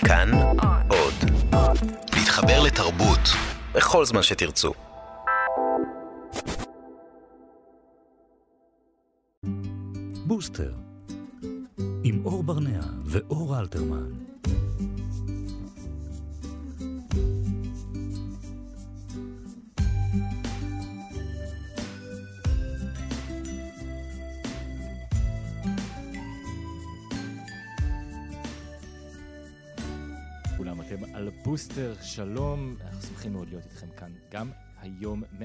כאן עוד. להתחבר לתרבות בכל זמן שתרצו. בוסטר עם אור ברנע ואור אלתרמן. כולם אתם על בוסטר, שלום, אנחנו שמחים מאוד להיות איתכם כאן גם היום 104.9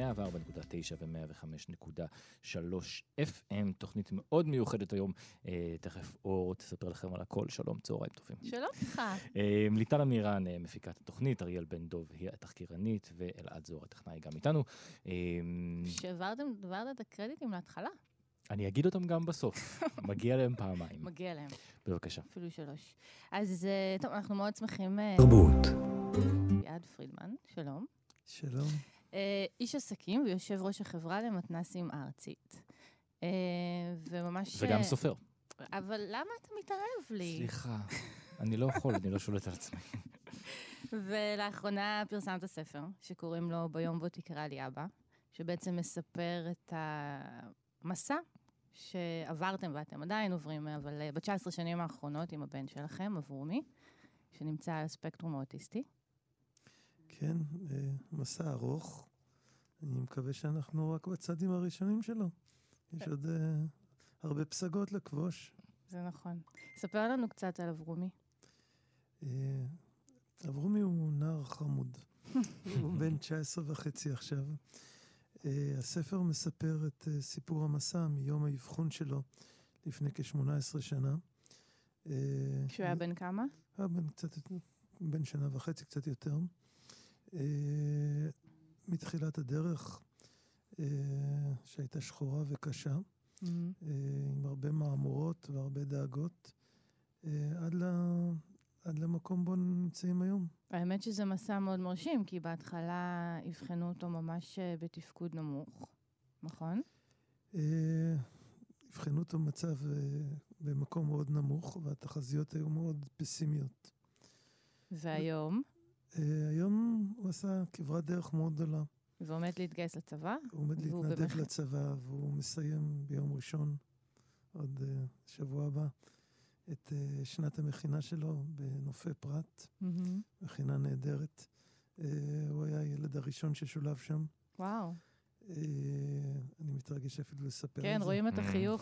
ו-105.3 FM, תוכנית מאוד מיוחדת היום, תכף אור תספר לכם על הכל, שלום, צהריים טובים. שלום לך. ליטל אמירן מפיקת התוכנית, אריאל בן דוב היא התחקירנית, ואלעד זוהר הטכנאי גם איתנו. שעברתם את הקרדיטים להתחלה. אני אגיד אותם גם בסוף, מגיע להם פעמיים. מגיע להם. בבקשה. אפילו 3. אז טוב, אנחנו מאוד שמחים. תרבות. יעד פרידמן, שלום. שלום. איש עסקים ויושב ראש החברה למתנסים הארצית. וממש... וגם סופר. אבל למה אתה מתערב לי? סליחה, אני לא יכול, אני לא שולט על עצמי. ולאחרונה פרסמת ספר שקוראים לו ביום בו תקרא לי אבא, שבעצם מספר את המסע שעברתם ואתם עדיין עוברים, אבל ב-19 שנים האחרונות עם הבן שלכם, אברומי, שנמצא על הספקטרום האוטיסטי. כן, מסע ארוך. אני מקווה שאנחנו רק בצעדים הראשונים שלו. יש עוד הרבה פסגות לכבוש. זה נכון. ספר לנו קצת על אברומי. אברומי הוא נער חמוד. הוא בן 19 וחצי עכשיו. הספר מספר את סיפור המסע מיום האבחון שלו לפני כ-18 שנה. שהוא היה בן כמה? היה בן שנה וחצי, קצת יותר. מתחילת הדרך שהייתה שחורה וקשה, עם הרבה מאמורות והרבה דאגות, עד למקום בו נמצאים היום. האמת שזה מסע מאוד מרשים, כי בהתחלה הבחנו אותו ממש בתפקוד נמוך, נכון? הבחנו אותו מצב במקום מאוד נמוך, והתחזיות היו מאוד פסימיות. והיום? היום הוא עשה כברת דרך מאוד גדולה. והוא עומד להתגייס לצבא? הוא עומד להתנדב לצבא, והוא מסיים ביום ראשון, עוד שבוע הבא, את שנת המכינה שלו בנופי פרט, מכינה נהדרת. הוא היה הילד הראשון ששולב שם. וואו. אני מתרגש אפילו לספר את זה. כן, רואים את החיוך.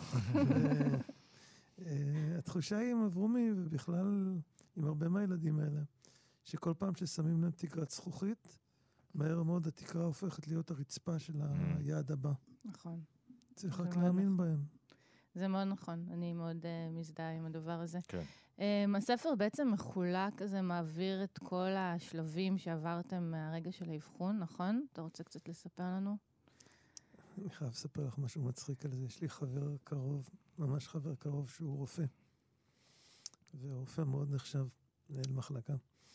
התחושה היא עם אברומי, ובכלל עם הרבה מהילדים האלה, שכל פעם ששמים להם תקרת זכוכית, מהר מאוד התקרה הופכת להיות הרצפה של היעד הבא. נכון. צריך רק להאמין בהם. זה מאוד נכון, אני מאוד מזדהה עם הדבר הזה. כן. הספר בעצם מחולק כזה, מעביר את כל השלבים שעברתם מהרגע של האבחון, נכון? אתה רוצה קצת לספר לנו? אני חייב לספר לך משהו מצחיק על זה. יש לי חבר קרוב, ממש חבר קרוב, שהוא רופא. ורופא מאוד נחשב, מנהל מחלקה.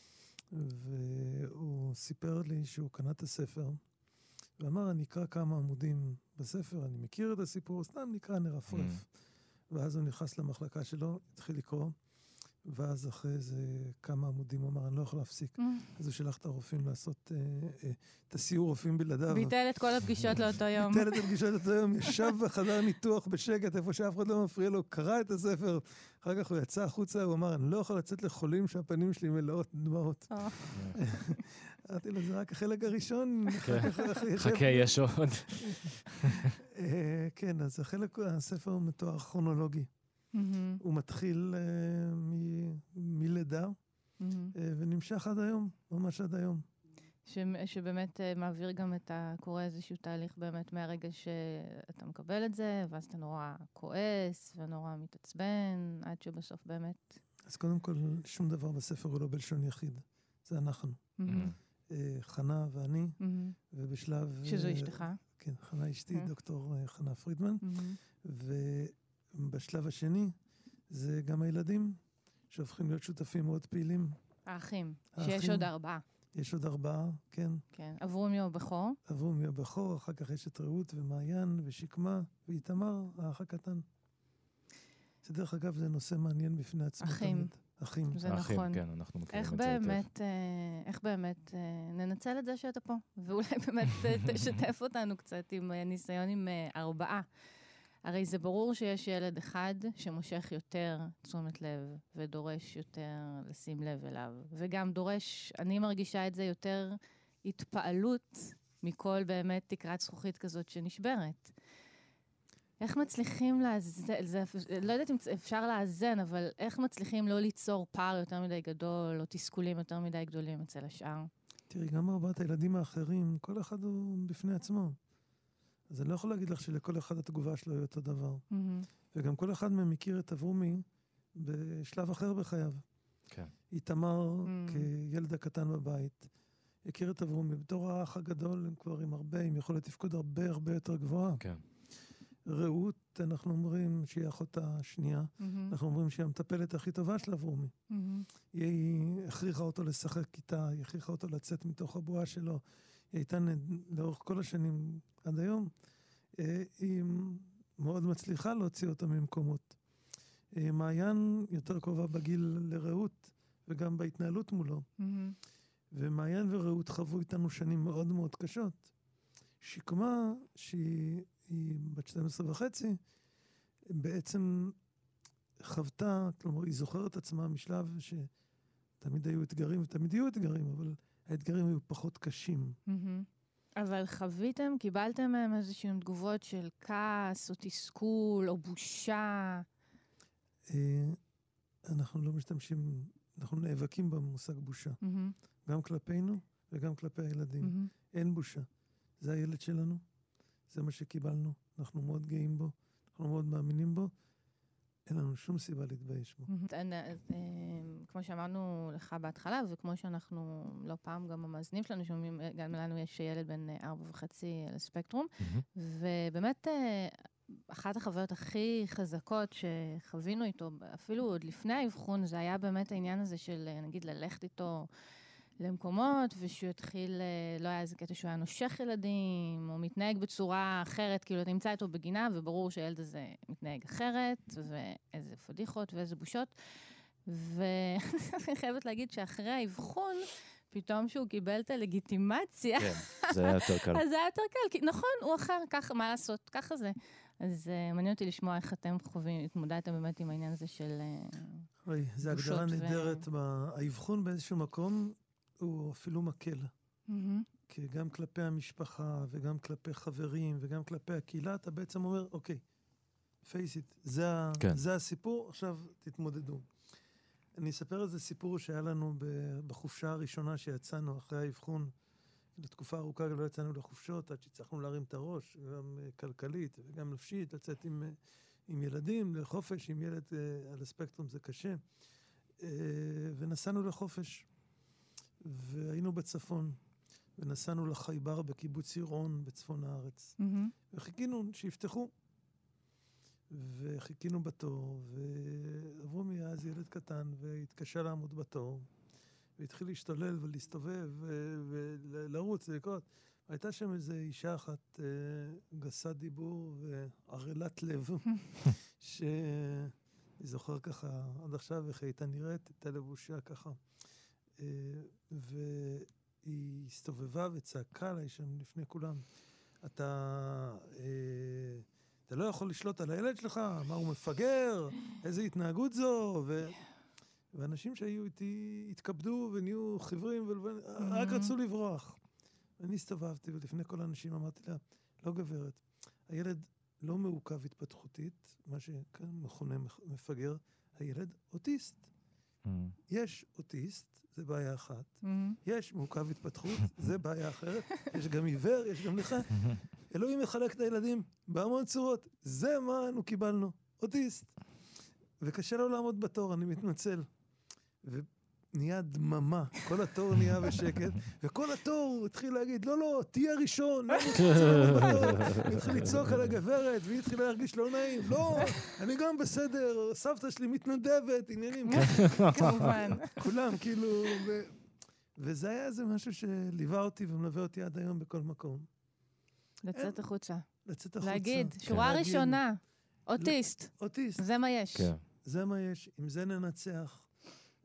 והוא סיפר לי שהוא קנה את הספר, ואמר, אני אקרא כמה עמודים בספר, אני מכיר את הסיפור, סתם נקרא, נרפרף. ואז הוא נכנס למחלקה שלו, התחיל לקרוא, ואז אחרי איזה כמה עמודים הוא אמר, אני לא יכול להפסיק. אז הוא שלח את הרופאים לעשות את הסיור רופאים בלעדיו. ביטל את כל הפגישות לאותו יום. ביטל את הפגישות לאותו יום, ישב בחדר ניתוח בשקט, איפה שאף אחד לא מפריע לו, קרא את הספר, אחר כך הוא יצא החוצה, הוא אמר, אני לא יכול לצאת לחולים שהפנים שלי מלאות דמעות. אמרתי לו, זה רק החלק הראשון. חכה, יש עוד. כן, אז הספר מתואר כרונולוגי. הוא מתחיל מלידה, ונמשך עד היום, ממש עד היום. שבאמת מעביר גם קורא איזשהו תהליך באמת מהרגע שאתה מקבל את זה, ואז אתה נורא כועס ונורא מתעצבן, עד שבסוף באמת... אז קודם כל, שום דבר בספר הוא לא בלשון יחיד. זה אנחנו. חנה ואני, ובשלב... שזו אשתך. כן, חנה אשתי, דוקטור חנה פרידמן, ובשלב השני זה גם הילדים שהופכים להיות שותפים מאוד פעילים. האחים, שיש עוד 4. יש עוד 4, כן. כן, אברומי הבכור. אברומי הבכור, אחר כך יש את רעות ומעיין ושקמה ואיתמר, האח הקטן. שדרך אגב זה נושא מעניין בפני עצמו. אחים. אחים. זה האחים, נכון. כן, אנחנו מכירים את זה היטב. איך באמת ננצל את זה שאתה פה, ואולי באמת תשתף אותנו קצת עם ניסיון עם 4. הרי זה ברור שיש ילד אחד שמושך יותר תשומת לב, ודורש יותר לשים לב אליו, וגם דורש, אני מרגישה את זה יותר התפעלות מכל באמת תקרת זכוכית כזאת שנשברת. איך מצליחים לא יודעת אם אפשר לאזן, אבל איך מצליחים לא ליצור פער יותר מדי גדול, או תסכולים יותר מדי גדולים אצל השאר? תראי, גם 4 הילדים האחרים, כל אחד הוא בפני עצמו. אז אני לא יכול להגיד לך שלכל אחד התגובה שלו היא אותו דבר. וגם כל אחד מהם מכיר את אברומי בשלב אחר בחייו. כן. איתמר, כילד הקטן בבית, הכיר את אברומי. בתור האח הגדול, הם כבר עם יכולת תפקוד הרבה יותר גבוהה. כן. רעות, אנחנו אומרים שהיא אחות השנייה. אנחנו אומרים שהיא המטפלת הכי טובה של אברומי. היא הכריחה אותו לשחק איתה, היא הכריחה אותו לצאת מתוך הבועה שלו. היא הייתה לאורך כל השנים עד היום, היא מאוד מצליחה להוציא אותה ממקומות. מעיין יותר קרובה בגיל לרעות, וגם בהתנהלות מולו. ומעיין ורעות חוו איתנו שנים מאוד מאוד קשות. שקמה, שהיא בת 12.5, בעצם חוותה, כלומר, היא זוכרת עצמה משלב שתמיד היו אתגרים, ותמיד יהיו אתגרים, אבל האתגרים היו פחות קשים. אבל חוויתם, קיבלתם מהם איזשהם תגובות של כעס, או תסכול, או בושה? אנחנו לא משתמשים, אנחנו נאבקים במושג בושה. גם כלפינו וגם כלפי הילדים. אין בושה. זה הילד שלנו, זה מה שקיבלנו, אנחנו מאוד גאים בו, אנחנו מאוד מאמינים בו, אין לנו שום סיבה להתבייש בו. כמו שאמרנו לך בהתחלה, וכמו שאנחנו לא פעם גם המאזינים שלנו שומעים, גם לנו יש ילד בן 4.5 על הספקטרום, ובאמת אחת החוויות הכי חזקות שחווינו איתו, אפילו עוד לפני האבחון, זה היה באמת העניין הזה של נגיד ללכת איתו למקומות, ושהוא התחיל, לא היה איזה קטע שהוא היה נושך ילדים, או מתנהג בצורה אחרת, כאילו אתה נמצא איתו בגינה, וברור שהילד הזה מתנהג אחרת, ואיזה פדיחות ואיזה בושות. ואני חייבת להגיד שאחרי האבחון, פתאום שהוא קיבל את הלגיטימציה. כן, זה היה יותר קל. אז זה היה יותר קל, כי נכון, הוא אחר, ככה, מה לעשות, ככה זה. אז מעניין אותי לשמוע איך אתם חווים, התמודדתם באמת עם העניין הזה של בושות. זה הגדרה נהדרת, האבחון באיזשהו מקום, הוא אפילו מקל. כי גם כלפי המשפחה, וגם כלפי חברים, וגם כלפי הקהילה, אתה בעצם אומר, אוקיי, face it, זה הסיפור, עכשיו תתמודדו. אני אספר איזה סיפור שהיה לנו בחופשה הראשונה שיצאנו אחרי האבחון. לתקופה ארוכה לא יצאנו לחופשות, עד שהצלחנו להרים את הראש, גם כלכלית וגם נפשית, לצאת עם ילדים, לחופש, עם ילד על הספקטרום זה קשה. ונסענו לחופש. והיינו בצפון, ונסענו לחייבר בקיבוץ ירעון בצפון הארץ. וחיכינו שיפתחו. וחיכינו בתור, ואברומי אז ילד קטן, והתקשה לעמוד בתור, והתחיל להשתולל ולהסתובב ולרוץ ולקרות. הייתה שם איזו אישה אחת גסת דיבור וערלת לב, שאני זוכר ככה עד עכשיו איך הייתה נראית, הייתה לבושה ככה. והיא הסתובבה וצעקה עליי שם לפני כולם. אתה לא יכול לשלוט על הילד שלך, מה הוא מפגר, איזה התנהגות זו, ואנשים שהיו איתי התכבדו ונהיו חיוורים, רק רצו לברוח. אני הסתובבתי, ולפני כל האנשים אמרתי לה, לא גברת, הילד לא מעוכב התפתחותית, מה שמכונה מפגר, הילד אוטיסט. יש אוטיסט, זה בעיה אחת. יש מעוכב התפתחות, זה בעיה אחרת. יש גם עיוור, יש גם לך. אלוהים מחלק את הילדים בהמון צורות. זה מה אנו קיבלנו, אוטיסט. וקשה לו לעמוד בתור, אני מתנצל. ונהיה דממה, כל התור נהיה בשקט, וכל התור התחיל להגיד, לא, תהיה ראשון, לא הוא התחיל לצעוק על הגברת, והיא התחילה להרגיש לא נעים, לא, אני גם בסדר, סבתא שלי מתנדבת, עניינים, כמובן. כולם, כאילו, וזה היה איזה משהו שליווה אותי ומלווה אותי עד היום בכל מקום. לצאת החוצה. לצאת החוצה. להגיד, שורה ראשונה, אוטיסט. אוטיסט. זה מה יש. זה מה יש. עם זה ננצח.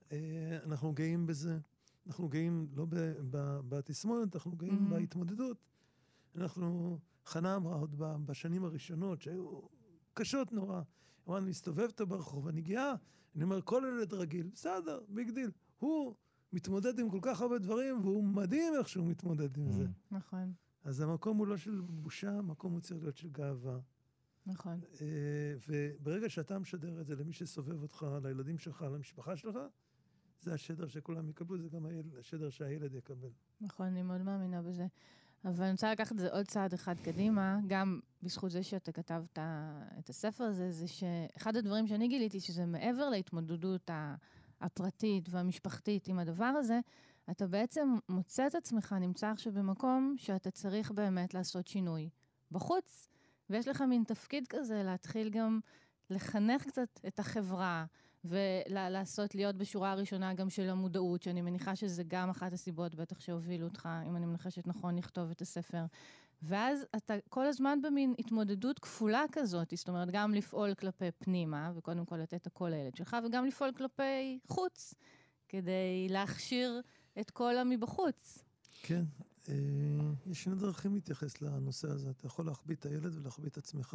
אנחנו גאים בזה. אנחנו גאים לא בתסמונת, אנחנו גאים בהתמודדות. חנה אמרה עוד בשנים הראשונות, שהיו קשות נורא. אמרה, אני מסתובבת ברחוב, אני גאה, אני אומר, כל ילד רגיל, בסדר, ביג דיל. הוא מתמודד עם כל כך הרבה דברים, והוא מדהים איך שהוא מתמודד עם זה. נכון. אז המקום הוא לא של בושה, המקום הוא צריך להיות של גאווה. נכון. וברגע שאתה משדר את זה למי שסובב אותך, לילדים שלך, למשפחה שלך, זה השדר שכולם יקבלו, זה גם השדר שהילד יקבל. נכון, אני מאוד מאמינה בזה. אבל אני רוצה לקחת את זה עוד צעד אחד קדימה, גם בזכות זה שאתה כתבת את הספר הזה, זה שאחד הדברים שאני גיליתי, שזה מעבר להתמודדות הפרטית והמשפחתית עם הדבר הזה, אתה בעצם מוצא את עצמך, נמצא עכשיו במקום שאתה צריך באמת לעשות שינוי בחוץ, ויש לך מין תפקיד כזה להתחיל גם לחנך קצת את החברה, ולעשות להיות בשורה הראשונה גם של המודעות, שאני מניחה שזה גם אחת הסיבות בטח שהובילו אותך, אם אני מנחשת נכון, לכתוב את הספר. ואז אתה כל הזמן במין התמודדות כפולה כזאת, זאת אומרת, גם לפעול כלפי פנימה, וקודם כל לתת הכל לילד שלך, וגם לפעול כלפי חוץ, כדי להכשיר את כל מבחוץ. כן, יש שני דרכים להתייחס לנושא הזה. אתה יכול להחביא את הילד ולהחביא את עצמך,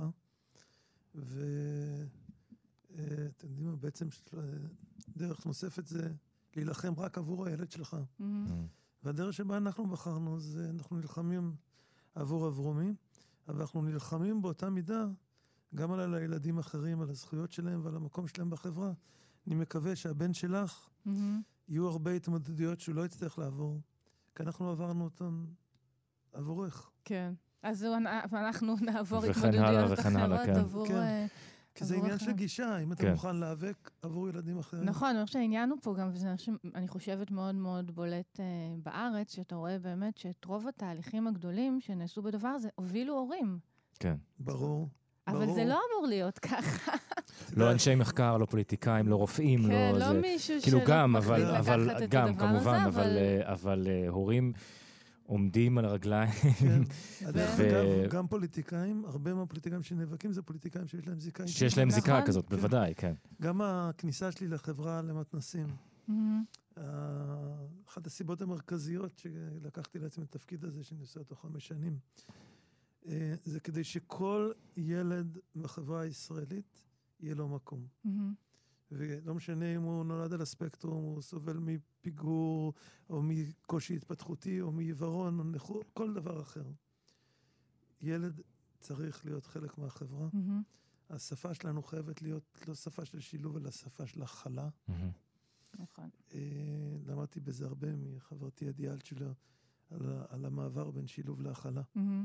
אתם יודעים מה, בעצם דרך נוספת זה להילחם רק עבור הילד שלך. והדרך שבה אנחנו בחרנו, זה אנחנו נלחמים עבור אברומי, אבל אנחנו נלחמים באותה מידה גם על הילדים אחרים, על הזכויות שלהם ועל המקום שלהם בחברה. אני מקווה שהבן שלך יהיו הרבה התמודדויות שהוא לא יצטרך לעבור, כי אנחנו עברנו אותם עבורך. כן, אז אנחנו נעבור התמודדויות אחרות עבור... כי זה עניין של גישה, אם אתה מוכן להיאבק עבור ילדים אחרים. נכון, אני חושבת שהעניין הוא פה גם, וזה אני חושבת מאוד מאוד בולט בארץ, שאתה רואה באמת שאת רוב התהליכים הגדולים שנעשו בדבר הזה, הובילו הורים. כן. ברור. אבל זה לא אמור להיות ככה. לא אנשי מחקר, לא פוליטיקאים, לא רופאים, לא... כן, לא מישהו כאילו גם, אבל גם, כמובן, אבל הורים... עומדים על הרגליים. גם פוליטיקאים, הרבה מהפוליטיקאים שנאבקים זה פוליטיקאים שיש להם זיקה. שיש להם זיקה כזאת, בוודאי, כן. גם הכניסה שלי לחברה למתנסים. אחת הסיבות המרכזיות שלקחתי לעצמי את התפקיד הזה, שאני עושה אותו 5 שנים, זה כדי שכל ילד בחברה הישראלית יהיה לו מקום. ולא משנה אם הוא נולד על הספקטרום, הוא סובל מפיגור, או מקושי התפתחותי, או מעיוורון, או נכות, כל דבר אחר. ילד צריך להיות חלק מהחברה. השפה שלנו חייבת להיות לא שפה של שילוב, אלא שפה של הכלה. נכון. למדתי בזה הרבה מחברתי הדיאלט שלו, על המעבר בין שילוב להכלה.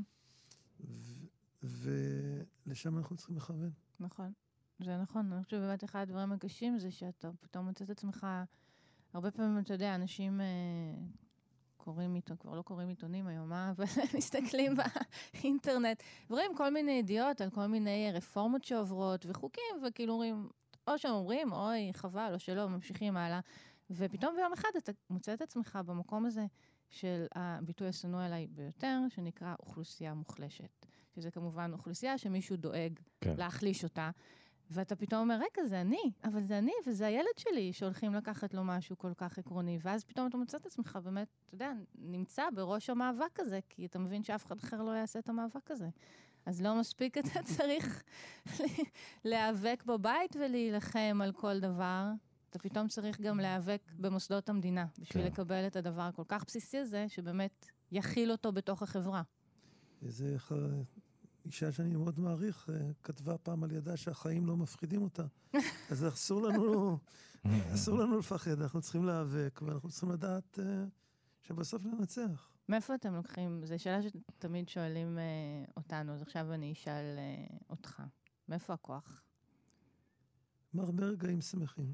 ולשם אנחנו צריכים לכוון. נכון. זה נכון, אני חושבת שבאמת אחד הדברים הקשים זה שאתה פתאום מוצא את עצמך, הרבה פעמים אתה יודע, אנשים קוראים עיתון, כבר לא קוראים עיתונים היום, אבל מסתכלים באינטרנט, ורואים כל מיני ידיעות על כל מיני רפורמות שעוברות וחוקים, וכאילו אומרים, או שאומרים, אוי, חבל, או שלא, ממשיכים הלאה, ופתאום ביום אחד אתה מוצא את עצמך במקום הזה של הביטוי השנוא אליי ביותר, שנקרא אוכלוסייה מוחלשת. שזה כמובן אוכלוסייה שמישהו דואג להחליש אותה, ואתה פתאום אומר, רגע, זה אני, אבל זה אני, וזה הילד שלי, שהולכים לקחת לו משהו כל כך עקרוני, ואז פתאום אתה מוצא את עצמך, באמת, אתה יודע, נמצא בראש המאבק הזה, כי אתה מבין שאף אחד אחר לא יעשה את המאבק הזה. אז לא מספיק אתה צריך להיאבק בבית ולהילחם על כל דבר, אתה פתאום צריך גם להיאבק במוסדות המדינה, בשביל לקבל את הדבר הכל כך בסיסי הזה, שבאמת יכיל אותו בתוך החברה. איזה אישה שאני מאוד מעריך, כתבה פעם על ידה שהחיים לא מפחידים אותה. אז אסור לנו לפחד, אנחנו צריכים להיאבק, ואנחנו צריכים לדעת שבסוף ננצח. מאיפה אתם לוקחים? זו שאלה שתמיד שואלים אותנו, אז עכשיו אני אשאל אותך. מאיפה הכוח? מהרבה רגעים שמחים.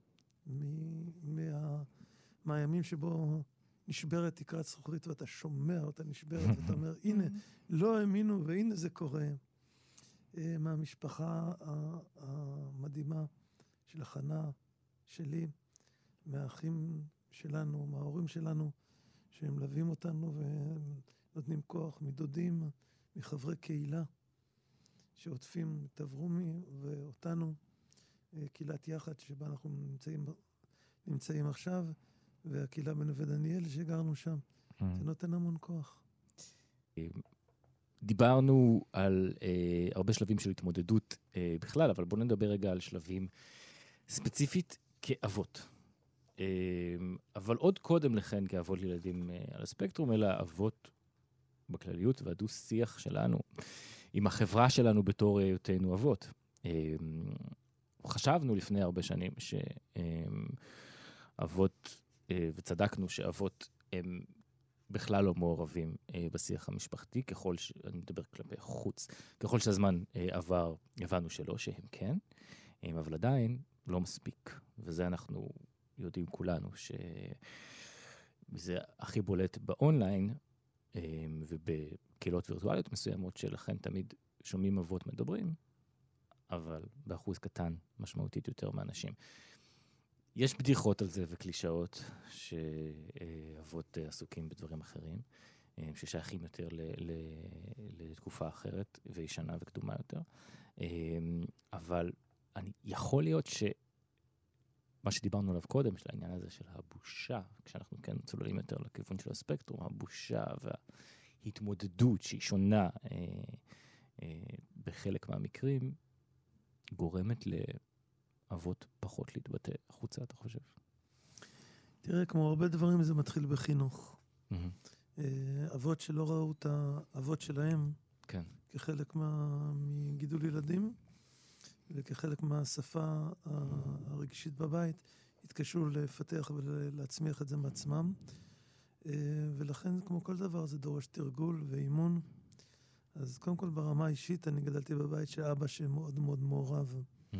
מהימים שבו נשברת תקרת זכוכית ואתה שומע אותה נשברת ואתה אומר, הנה, לא האמינו והנה זה קורה. מהמשפחה המדהימה של החנה שלי, מהאחים שלנו, מההורים שלנו, שהם מלווים אותנו ונותנים כוח, מדודים, מחברי קהילה, שעוטפים את אברומי ואותנו, קהילת יחד שבה אנחנו נמצאים נמצאים עכשיו, והקהילה בנווה דניאל שגרנו שם. זה נותן המון כוח. דיברנו על הרבה שלבים של התמודדות בכלל, אבל בואו נדבר רגע על שלבים ספציפית כאבות. אבל עוד קודם לכן כאבות לילדים על הספקטרום, אלא אבות בכלליות והדו שיח שלנו עם החברה שלנו בתור היותנו אבות. חשבנו לפני הרבה שנים שאבות, וצדקנו שאבות הם בכלל לא מעורבים בשיח המשפחתי, אני מדבר כלפי חוץ, ככל שהזמן עבר, הבנו שלא, שהם כן, אבל עדיין לא מספיק. וזה אנחנו יודעים כולנו, שזה הכי בולט באונליין, ובקהילות וירטואליות מסוימות, שלכן תמיד שומעים אבות מדברים, אבל באחוז קטן משמעותית יותר מאנשים. יש בדיחות על זה וקלישאות שאבות עסוקים בדברים אחרים, ששייכים יותר לתקופה אחרת וישנה וקדומה יותר. אבל יכול להיות שמה שדיברנו עליו קודם, של העניין הזה של הבושה, כשאנחנו כן צוללים יותר לכיוון של הספקטרום, הבושה וההתמודדות שהיא שונה בחלק מהמקרים, גורמת אבות פחות להתבטא החוצה, אתה חושב? תראה, כמו הרבה דברים, זה מתחיל בחינוך. אבות שלא ראו את האבות שלהם, כחלק מגידול ילדים, וכחלק מהשפה הרגשית בבית, התקשו לפתח ולהצמיח את זה מעצמם. ולכן, כמו כל דבר, זה דורש תרגול ואימון. אז קודם כל, ברמה האישית, אני גדלתי בבית שאבא שמאוד מאוד מעורב.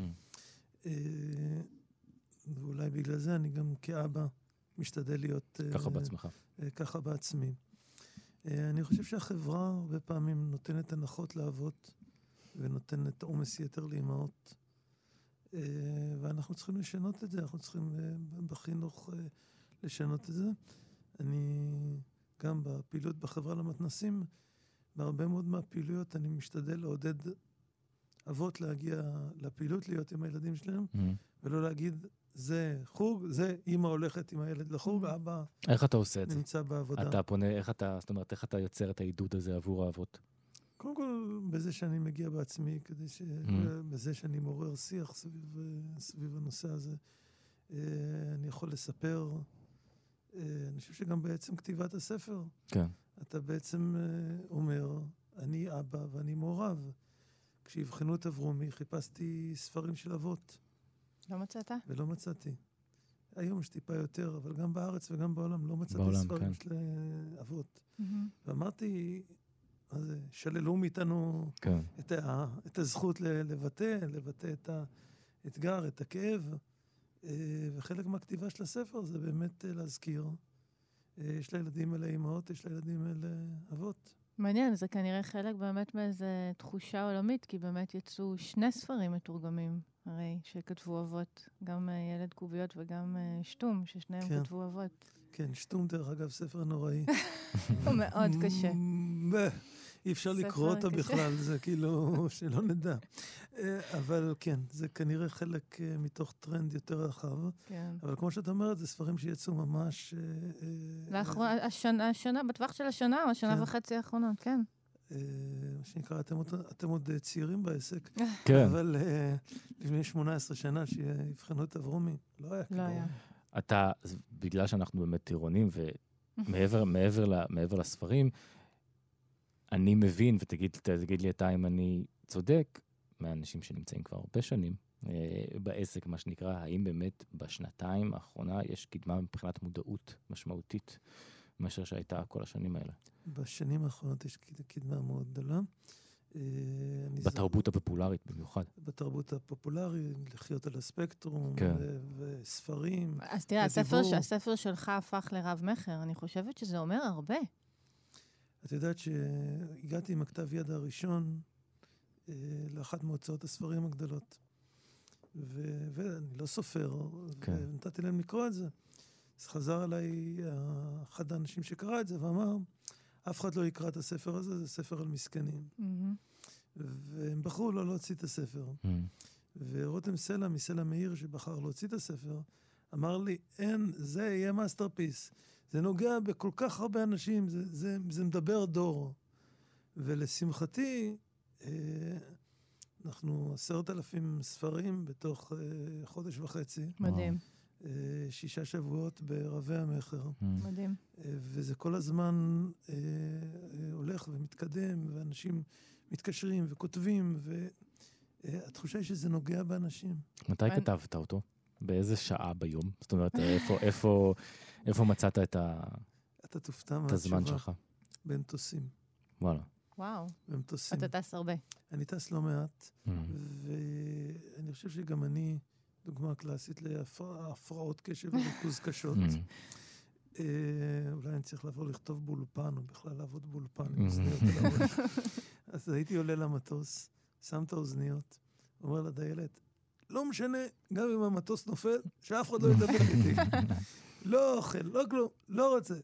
ואולי בגלל זה אני גם כאבא משתדל להיות ככה בעצמך. ככה בעצמי. אני חושב שהחברה הרבה פעמים נותנת הנחות לאבות ונותנת עומס יתר לאמהות, ואנחנו צריכים לשנות את זה, אנחנו צריכים בחינוך לשנות את זה. אני גם בפעילות בחברה למתנסים, בהרבה מאוד מהפעילויות אני משתדל לעודד אבות להגיע לפעילות, להיות עם הילדים שלהם, ולא להגיד, זה חוג, זה אמא הולכת עם הילד לחוג, אבא איך אתה עושה את זה? נמצא בעבודה. אתה פונה, זאת אומרת, איך אתה יוצר את העידוד הזה עבור האבות? קודם כל, בזה שאני מגיע בעצמי, בזה שאני מעורר שיח סביב הנושא הזה, אני יכול לספר, אני חושב שגם בעצם כתיבת הספר, אתה בעצם אומר, אני אבא ואני מעורב. כשהבחנו את אברומי, חיפשתי ספרים של אבות. לא מצאת? ולא מצאתי. היום יש טיפה יותר, אבל גם בארץ וגם בעולם לא מצאתי ספרים של אבות. ואמרתי, שללו מאיתנו את הזכות לבטא את האתגר, את הכאב, וחלק מהכתיבה של הספר זה באמת להזכיר. יש לילדים אלה אמהות, יש לילדים אלה אבות. מעניין, זה כנראה חלק באמת מאיזו תחושה עולמית, כי באמת יצאו 2 ספרים מתורגמים, הרי, שכתבו אבות, גם ילד קוביות וגם שטום, ששניהם כתבו אבות. כן, שטום דרך אגב, ספר נוראי. הוא מאוד קשה. אי אפשר לקרוא אותה בכלל, זה כאילו שלא נדע. אבל כן, זה כנראה חלק מתוך טרנד יותר רחב. אבל כמו שאת אומרת, זה ספרים שיצאו ממש... השנה, בטווח של השנה, או השנה וחצי האחרונות, כן. מה שנקרא, אתם עוד צעירים בעסק. כן. אבל לפני 18 שנה שיבחנו את אברומי, לא היה כאילו. אתה, בגלל שאנחנו באמת טירונים, ומעבר לספרים, אני מבין, ותגיד לי אתה אם אני צודק, מהאנשים שנמצאים כבר הרבה שנים בעסק, מה שנקרא, האם באמת בשנתיים האחרונה יש קדמה מבחינת מודעות משמעותית, מאשר שהייתה כל השנים האלה? בשנים האחרונות יש קדמה מאוד גדולה. בתרבות הפופולרית במיוחד. בתרבות הפופולרית, לחיות על הספקטרום, וספרים. אז תראה, הספר שלך הפך לרב מחר, אני חושבת שזה אומר הרבה. את יודעת שהגעתי עם הכתב יד הראשון לאחת מהוצאות הספרים הגדולות. ואני לא סופר, ונתתי להם לקרוא את זה. אז חזר אליי אחד האנשים שקרא את זה ואמר, אף אחד לא יקרא את הספר הזה, זה ספר על מסכנים. והם בחרו לא להוציא את הספר. ורותם סלע מסלע מאיר שבחר להוציא את הספר, אמר לי, אין, זה יהיה מאסטרפיס. זה נוגע בכל כך הרבה אנשים, זה מדבר דור. ולשמחתי, אנחנו 10,000 ספרים בתוך חודש וחצי. מדהים. 6 שבועות ברבי המחר. מדהים. וזה כל הזמן הולך ומתקדם, ואנשים מתקשרים וכותבים, והתחושה היא שזה נוגע באנשים. מתי כתבת אותו? באיזה שעה ביום? זאת אומרת, איפה מצאת את תופתע הזמן שלך? במטוסים. וואלה. וואו. במטוסים. אתה טס הרבה. אני טס לא מעט, ואני חושב שגם אני דוגמה קלאסית להפרעות קשב וריכוז קשות. אולי אני צריך לעבור לכתוב באולפן, או בכלל לעבוד באולפן עם אוזניות על הראש. אז הייתי עולה למטוס, שם את האוזניות, אומר לדיילת, לא משנה, גם אם המטוס נופל, שאף אחד לא ידבר איתי. לא אוכל, לא כלום, לא רוצה.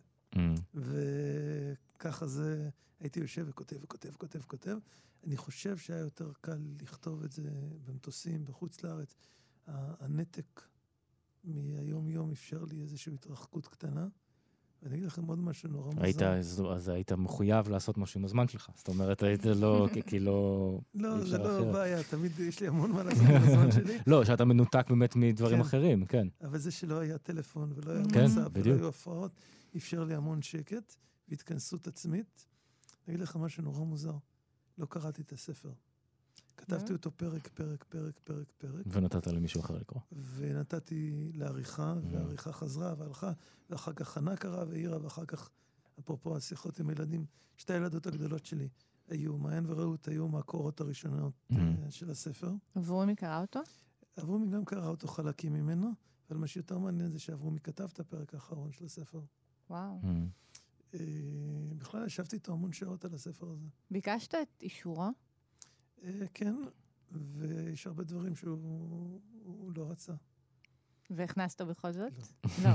וככה זה, הייתי יושב וכותב. אני חושב שהיה יותר קל לכתוב את זה במטוסים, בחוץ לארץ. הנתק מהיום-יום אפשר לי איזושהי התרחקות קטנה. ואני אגיד לכם עוד משהו נורא מוזר. אז היית מחויב לעשות משהו עם הזמן שלך. זאת אומרת, היית לא, כי לא... לא, זה לא בעיה, תמיד יש לי המון מה לעשות עם הזמן שלי. לא, שאתה מנותק באמת מדברים אחרים, כן. אבל זה שלא היה טלפון ולא היה וואטסאפ ולא היו הפרעות, אפשר לי המון שקט והתכנסות עצמית. אני אגיד לך משהו נורא מוזר. לא קראתי את הספר. כתבתי אותו פרק. ונתת למישהו אחר לקרוא. ונתתי לעריכה, והעריכה חזרה והלכה, ואחר כך חנה קרא והעירה, ואחר כך, אפרופו השיחות עם הילדים, 2 הילדות הגדולות שלי היו, מעיין ורעות, היו מהקורות הראשונות של הספר. אברומי קרא אותו? אברומי גם קרא אותו חלקים ממנו, אבל מה שיותר מעניין זה שאברומי כתב את הפרק האחרון של הספר. וואו. בכלל ישבתי איתו המון שעות על הספר הזה. ביקשת את אישורו? כן, ויש הרבה דברים שהוא לא רצה. והכנסת בכל זאת? לא.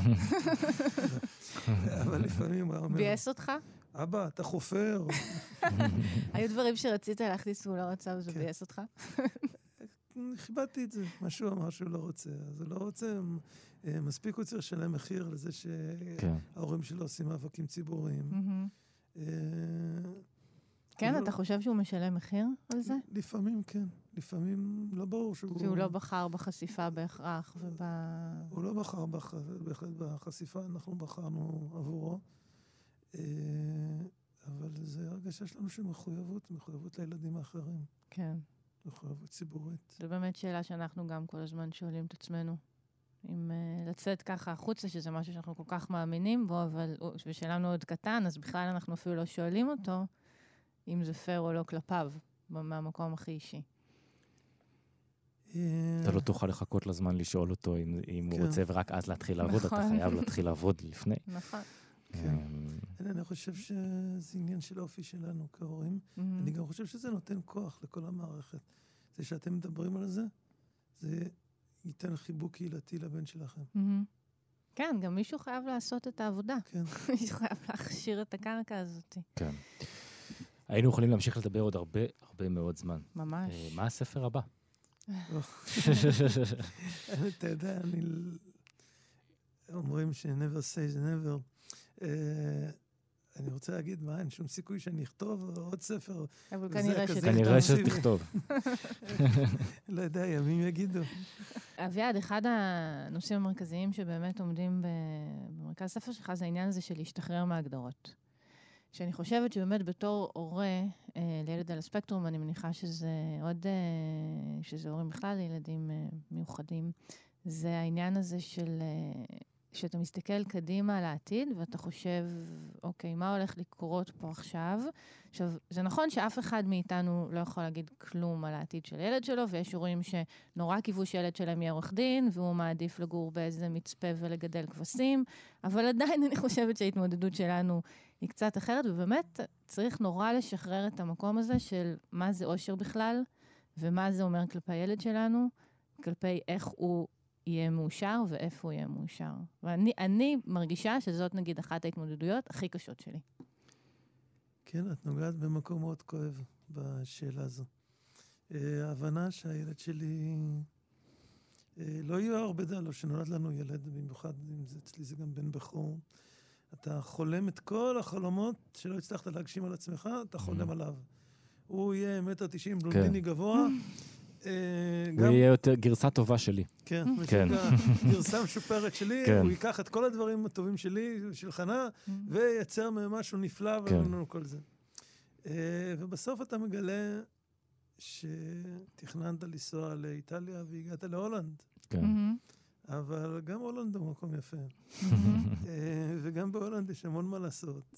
אבל לפעמים הוא אומר... בייס אותך? אבא, אתה חופר. היו דברים שרצית להכניס והוא לא רצה וזה בייס אותך? כיבדתי את זה. מה שהוא אמר שהוא לא רוצה. אז הוא לא רוצה, מספיק הוא צריך לשלם מחיר לזה שההורים שלו עושים מאבקים ציבוריים. כן, אתה חושב שהוא משלם מחיר על זה? לפעמים כן. לפעמים לא ברור שהוא לא בחר בחשיפה בהכרח הוא לא בחר בהחלט בחשיפה, אנחנו בחרנו עבורו. אבל זה הרגשה שלנו של מחויבות לילדים האחרים. כן. מחויבות ציבורית. זו באמת שאלה שאנחנו גם כל הזמן שואלים את עצמנו. אם לצאת ככה החוצה, שזה משהו שאנחנו כל כך מאמינים בו, אבל בשלנו עוד קטן, אז בכלל אנחנו אפילו לא שואלים אותו, אם זה פייר או לא כלפיו, מהמקום הכי אישי. אתה לא תוכל לחכות לזמן לשאול אותו אם הוא רוצה, ורק אז להתחיל לעבוד, אתה חייב להתחיל לעבוד לפני. נכון. אני חושב שזה עניין של האופי שלנו כהורים. אני גם חושב שזה נותן כוח לכל המערכת. זה שאתם מדברים על זה, זה ייתן חיבוק קהילתי לבן שלכם. כן, גם מישהו חייב לעשות את העבודה. מישהו חייב להכשיר את הקרקע הזאת. כן. היינו יכולים להמשיך לדבר עוד הרבה מאוד זמן. ממש. מה הספר הבא? אתה יודע, אומרים ש-never say the never. אני רוצה להגיד, מה, אין שום סיכוי שאני אכתוב עוד ספר. אבל כנראה שתכתוב. לא יודע, ימים יגידו. אביעד, אחד הנושאים המרכזיים שבאמת עומדים במרכז הספר שלך, זה העניין הזה של להשתחרר מהגדרות. שאני חושבת שבאמת בתור הורה לילד על הספקטרום, אני מניחה שזה הורים בכלל לילדים מיוחדים, זה העניין הזה של שאתה מסתכל קדימה על העתיד, ואתה חושב, אוקיי, מה הולך לקרות פה עכשיו? עכשיו, זה נכון שאף אחד מאיתנו לא יכול להגיד כלום על העתיד של ילד שלו, ויש הורים שנורא קיוו שילד שלהם יהיה עורך דין, והוא מעדיף לגור באיזה מצפה ולגדל כבשים, אבל עדיין אני חושבת שההתמודדות שלנו היא קצת אחרת, ובאמת צריך נורא לשחרר את המקום הזה של מה זה אושר בכלל, ומה זה אומר כלפי הילד שלנו, כלפי איך הוא יהיה מאושר ואיפה הוא יהיה מאושר. ואני מרגישה שזאת נגיד אחת ההתמודדויות הכי קשות שלי. כן, את נוגעת במקום מאוד כואב בשאלה הזו. ההבנה שהילד שלי לא יהיו הרבה דעה, לא שנולד לנו ילד, במיוחד אם זה אצלי זה גם בן בכור. אתה חולם את כל החלומות שלא הצלחת להגשים על עצמך, אתה חולם עליו. הוא יהיה 1.90 בלונדיני גבוה. הוא יהיה יותר גרסה טובה שלי. כן, גרסה משופרת שלי, הוא ייקח את כל הדברים הטובים שלי, של חנה, וייצר ממשהו נפלא ולנו כל זה. ובסוף אתה מגלה שתכננת לנסוע לאיטליה והגעת להולנד. כן. אבל גם הולנד הוא מקום יפה. וגם בהולנד יש המון מה לעשות.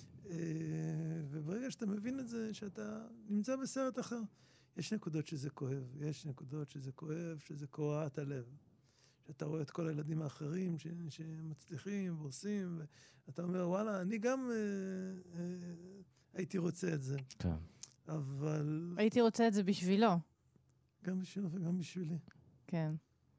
וברגע שאתה מבין את זה, שאתה נמצא בסרט אחר, יש נקודות שזה כואב, יש נקודות שזה כואב, שזה קורע את הלב. שאתה רואה את כל הילדים האחרים שמצליחים ועושים, ואתה אומר, וואלה, אני גם הייתי רוצה את זה. כן. אבל... הייתי רוצה את זה בשבילו. גם בשבילו וגם בשבילי. כן.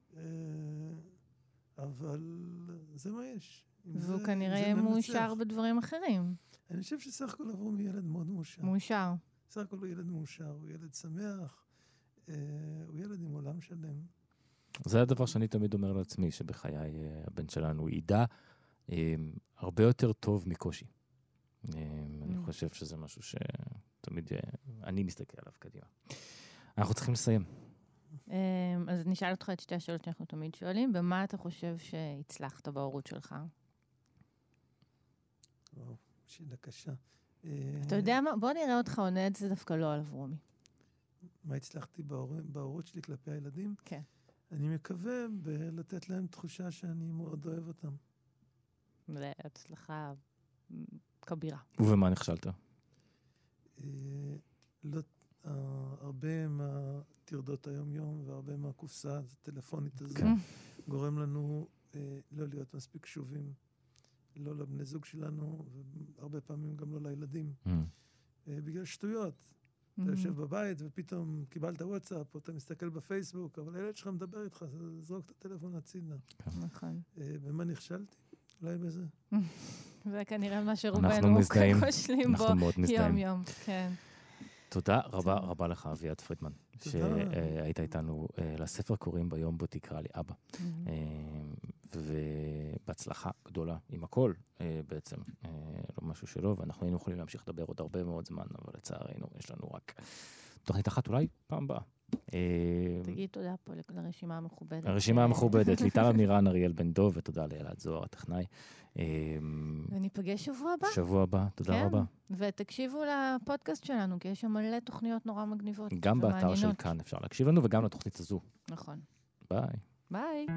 אבל זה מה יש. והוא כנראה מאושר בדברים אחרים. אני חושב שסך הכל עברו מילד מאוד מאושר. מאושר. סך הכל הוא ילד מאושר, הוא ילד שמח, הוא ילד עם עולם שלם. זה הדבר שאני תמיד אומר לעצמי, שבחיי הבן שלנו ידע הרבה יותר טוב מקושי. אני חושב שזה משהו שתמיד אני מסתכל עליו קדימה. אנחנו צריכים לסיים. אז נשאל אותך את שתי השאלות שאנחנו תמיד שואלים, במה אתה חושב שהצלחת בהורות שלך? וואו, שאלה קשה. אתה יודע מה? בוא נראה אותך עונה את זה דווקא לא על אברומי. מה הצלחתי בהורות שלי כלפי הילדים? כן. אני מקווה לתת להם תחושה שאני מאוד אוהב אותם. זה הצלחה כבירה. ובמה נכשלת? הרבה מהטרדות היום-יום והרבה מהקופסה הטלפונית הזו גורם לנו לא להיות מספיק קשובים. לא לבני זוג שלנו, והרבה פעמים גם לא לילדים. בגלל שטויות. אתה יושב בבית ופתאום קיבלת וואטסאפ, או אתה מסתכל בפייסבוק, אבל הילד שלך מדבר איתך, זרוק את הטלפון הצידה. נכון. במה נכשלתי? אולי בזה. זה כנראה מה שרובנו כושלים בו יום-יום. כן. תודה רבה לך, אביעד פרידמן, שהיית איתנו לספר קוראים ביום בו תקרא לי אבא. ובהצלחה גדולה עם הכל בעצם, לא משהו שלא, ואנחנו היינו יכולים להמשיך לדבר עוד הרבה מאוד זמן, אבל לצערנו יש לנו רק תוכנית אחת, אולי פעם הבאה. תגיד תודה פה לרשימה המכובדת. הרשימה המכובדת, ליטל אמירן, אריאל בן דוב, ותודה לאלעד זוהר, הטכנאי. וניפגש שבוע הבא. שבוע הבא, תודה רבה. ותקשיבו לפודקאסט שלנו, כי יש שם מלא תוכניות נורא מגניבות. גם באתר של כאן אפשר להקשיב לנו, וגם לתוכנית הזו. נכון. ביי. ביי.